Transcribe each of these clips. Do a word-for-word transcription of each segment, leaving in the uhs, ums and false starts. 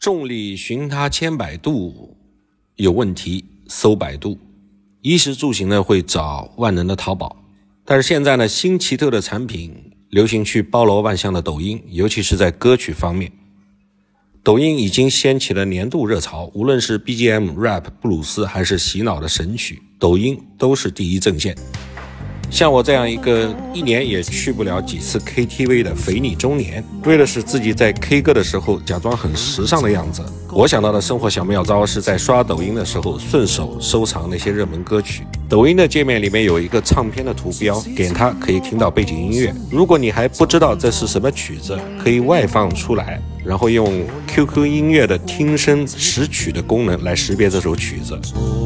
众里寻他千百度，有问题搜百度。衣食住行呢会找万能的淘宝，但是现在呢新奇特的产品流行去包罗万象的抖音，尤其是在歌曲方面，抖音已经掀起了年度热潮，无论是 B G M、rap、布鲁斯还是洗脑的神曲，抖音都是第一阵线。像我这样一个一年也去不了几次 K T V 的肥腻中年，为了使自己在 K 歌的时候假装很时尚的样子，我想到的生活小妙招是在刷抖音的时候顺手收藏那些热门歌曲。抖音的界面里面有一个唱片的图标，点它可以听到背景音乐。如果你还不知道这是什么曲子，可以外放出来，然后用 Q Q 音乐的听声识曲的功能来识别这首曲子。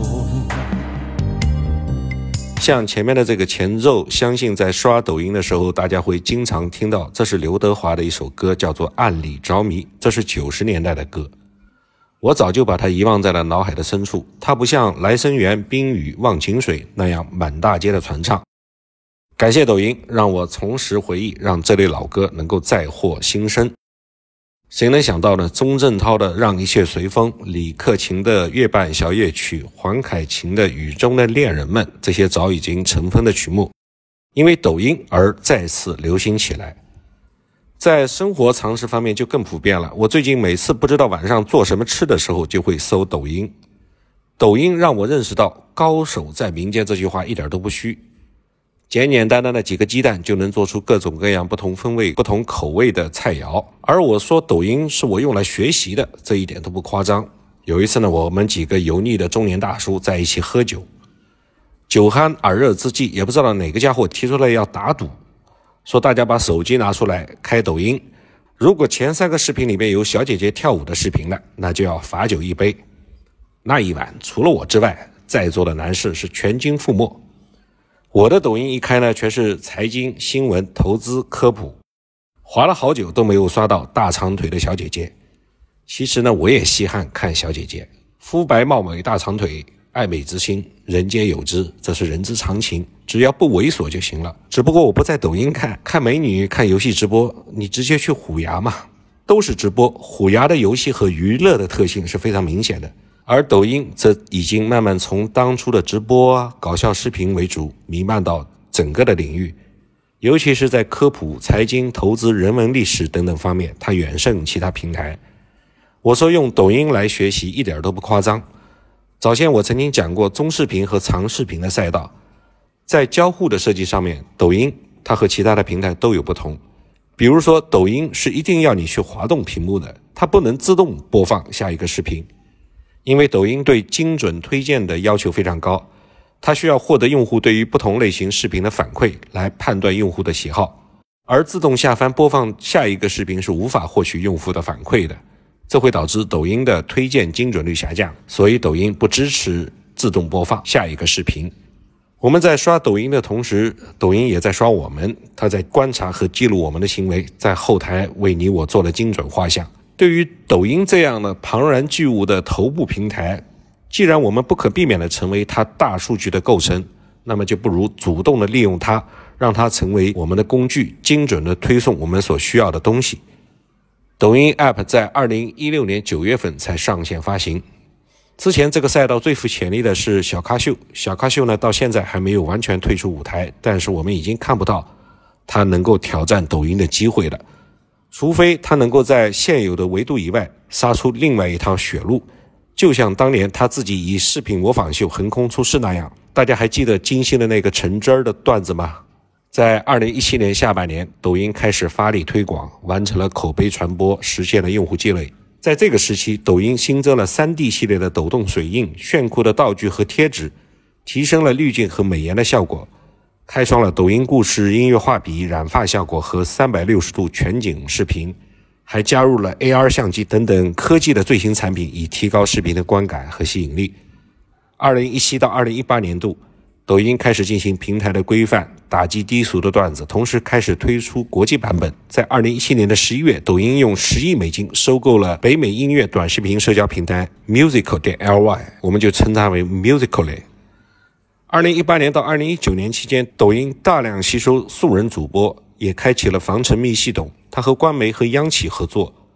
像前面的这个前奏，相信在刷抖音的时候大家会经常听到，这是刘德华的一首歌，叫做《暗里着迷》，这是九十年代的歌。我早就把它遗忘在了脑海的深处，它不像来生缘、冰雨、忘情水那样满大街的传唱。感谢抖音让我重拾回忆，让这类老歌能够再获新生。谁能想到呢？钟镇涛的《让一切随风》，李克勤的《月半小夜曲》，黄凯芹的《雨中的恋人们》，这些早已经尘封的曲目，因为抖音而再次流行起来。在生活常识方面就更普遍了，我最近每次不知道晚上做什么吃的时候，就会搜抖音。抖音让我认识到高手在民间这句话一点都不虚。简简单单的几个鸡蛋就能做出各种各样不同风味不同口味的菜肴，而我说抖音是我用来学习的，这一点都不夸张。有一次呢，我们几个油腻的中年大叔在一起喝酒，酒酣耳热之际，也不知道哪个家伙提出来要打赌，说大家把手机拿出来开抖音，如果前三个视频里面有小姐姐跳舞的视频呢，那就要罚酒一杯。那一晚除了我之外，在座的男士是全军覆没。我的抖音一开呢，全是财经、新闻、投资、科普，滑了好久都没有刷到大长腿的小姐姐。其实呢，我也稀罕看小姐姐，肤白貌美大长腿，爱美之心人皆有之，这是人之常情，只要不猥琐就行了。只不过我不在抖音看，看美女看游戏直播，你直接去虎牙嘛，都是直播，虎牙的游戏和娱乐的特性是非常明显的。而抖音则已经慢慢从当初的直播啊、搞笑视频为主，弥漫到整个的领域，尤其是在科普、财经、投资、人文历史等等方面，它远胜其他平台。我说用抖音来学习一点都不夸张。早先我曾经讲过中视频和长视频的赛道，在交互的设计上面，抖音它和其他的平台都有不同。比如说抖音是一定要你去滑动屏幕的，它不能自动播放下一个视频。因为抖音对精准推荐的要求非常高，它需要获得用户对于不同类型视频的反馈来判断用户的喜好，而自动下翻播放下一个视频是无法获取用户的反馈的，这会导致抖音的推荐精准率下降，所以抖音不支持自动播放下一个视频。我们在刷抖音的同时，抖音也在刷我们，它在观察和记录我们的行为，在后台为你我做了精准画像。对于抖音这样的庞然巨物的头部平台，既然我们不可避免地成为它大数据的构成，那么就不如主动地利用它，让它成为我们的工具，精准地推送我们所需要的东西。抖音 App 在二零一六年九月份才上线发行，之前这个赛道最富潜力的是小咖秀，小咖秀呢到现在还没有完全退出舞台，但是我们已经看不到它能够挑战抖音的机会了。除非他能够在现有的维度以外杀出另外一条血路，就像当年他自己以视频模仿秀横空出世那样。大家还记得金星的那个橙汁儿的段子吗？在二零一七年下半年，抖音开始发力推广，完成了口碑传播，实现了用户积累。在这个时期，抖音新增了 三 D 系列的抖动水印、炫酷的道具和贴纸，提升了滤镜和美颜的效果，开创了抖音故事、音乐画笔、染发效果和三百六十度全景视频，还加入了 A R 相机等等科技的最新产品，以提高视频的观感和吸引力。二零一七到二零一八年度，抖音开始进行平台的规范，打击低俗的段子，同时开始推出国际版本。在二零一七年的十一月，抖音用十亿美金收购了北美音乐短视频社交平台 Musical.ly， 我们就称它为 Musical.ly。二零一八年到二零一九年期间，抖音大量吸收素人主播，也开启了防沉迷系统。它和官媒和央企合作，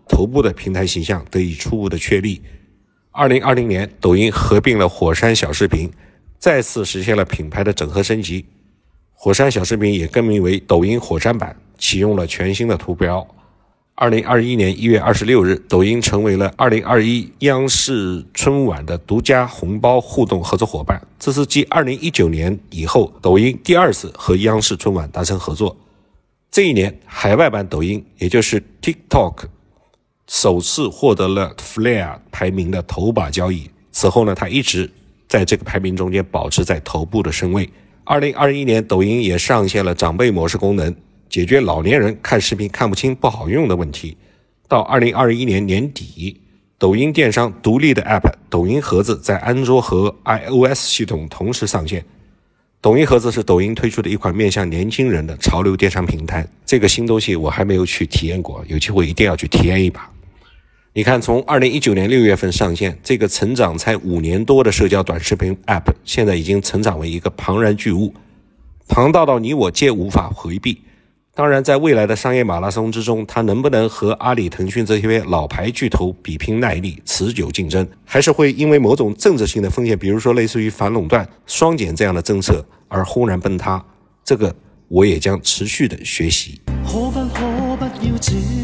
头部的平台形象得以初步的确立。二零二零年，抖音合并了火山小视频，再次实现了品牌的整合升级。火山小视频也更名为抖音火山版，启用了全新的图标。二零二一年一月二十六日，抖音成为了二零二一央视春晚的独家红包互动合作伙伴，这是继二零一九年以后抖音第二次和央视春晚达成合作。这一年，海外版抖音也就是 TikTok 首次获得了 Flare 排名的头把交椅，此后呢，它一直在这个排名中间保持在头部的身位。二零二一年，抖音也上线了长辈模式功能，解决老年人看视频看不清不好用的问题。到二零二一年年底，抖音电商独立的 App 抖音盒子在安卓和 iOS 系统同时上线。抖音盒子是抖音推出的一款面向年轻人的潮流电商平台，这个新东西我还没有去体验过，有机会一定要去体验一把。你看，从二零一九年六月份上线，这个成长才五年多的社交短视频 App 现在已经成长为一个庞然巨物，庞大到你我皆无法回避。当然，在未来的商业马拉松之中，它能不能和阿里、腾讯这些老牌巨头比拼耐力、持久竞争，还是会因为某種政治性的風險，比如說類似於反壟斷、雙減這樣的政策而轟然崩塌，這個我也將持續的學習。可不可不要這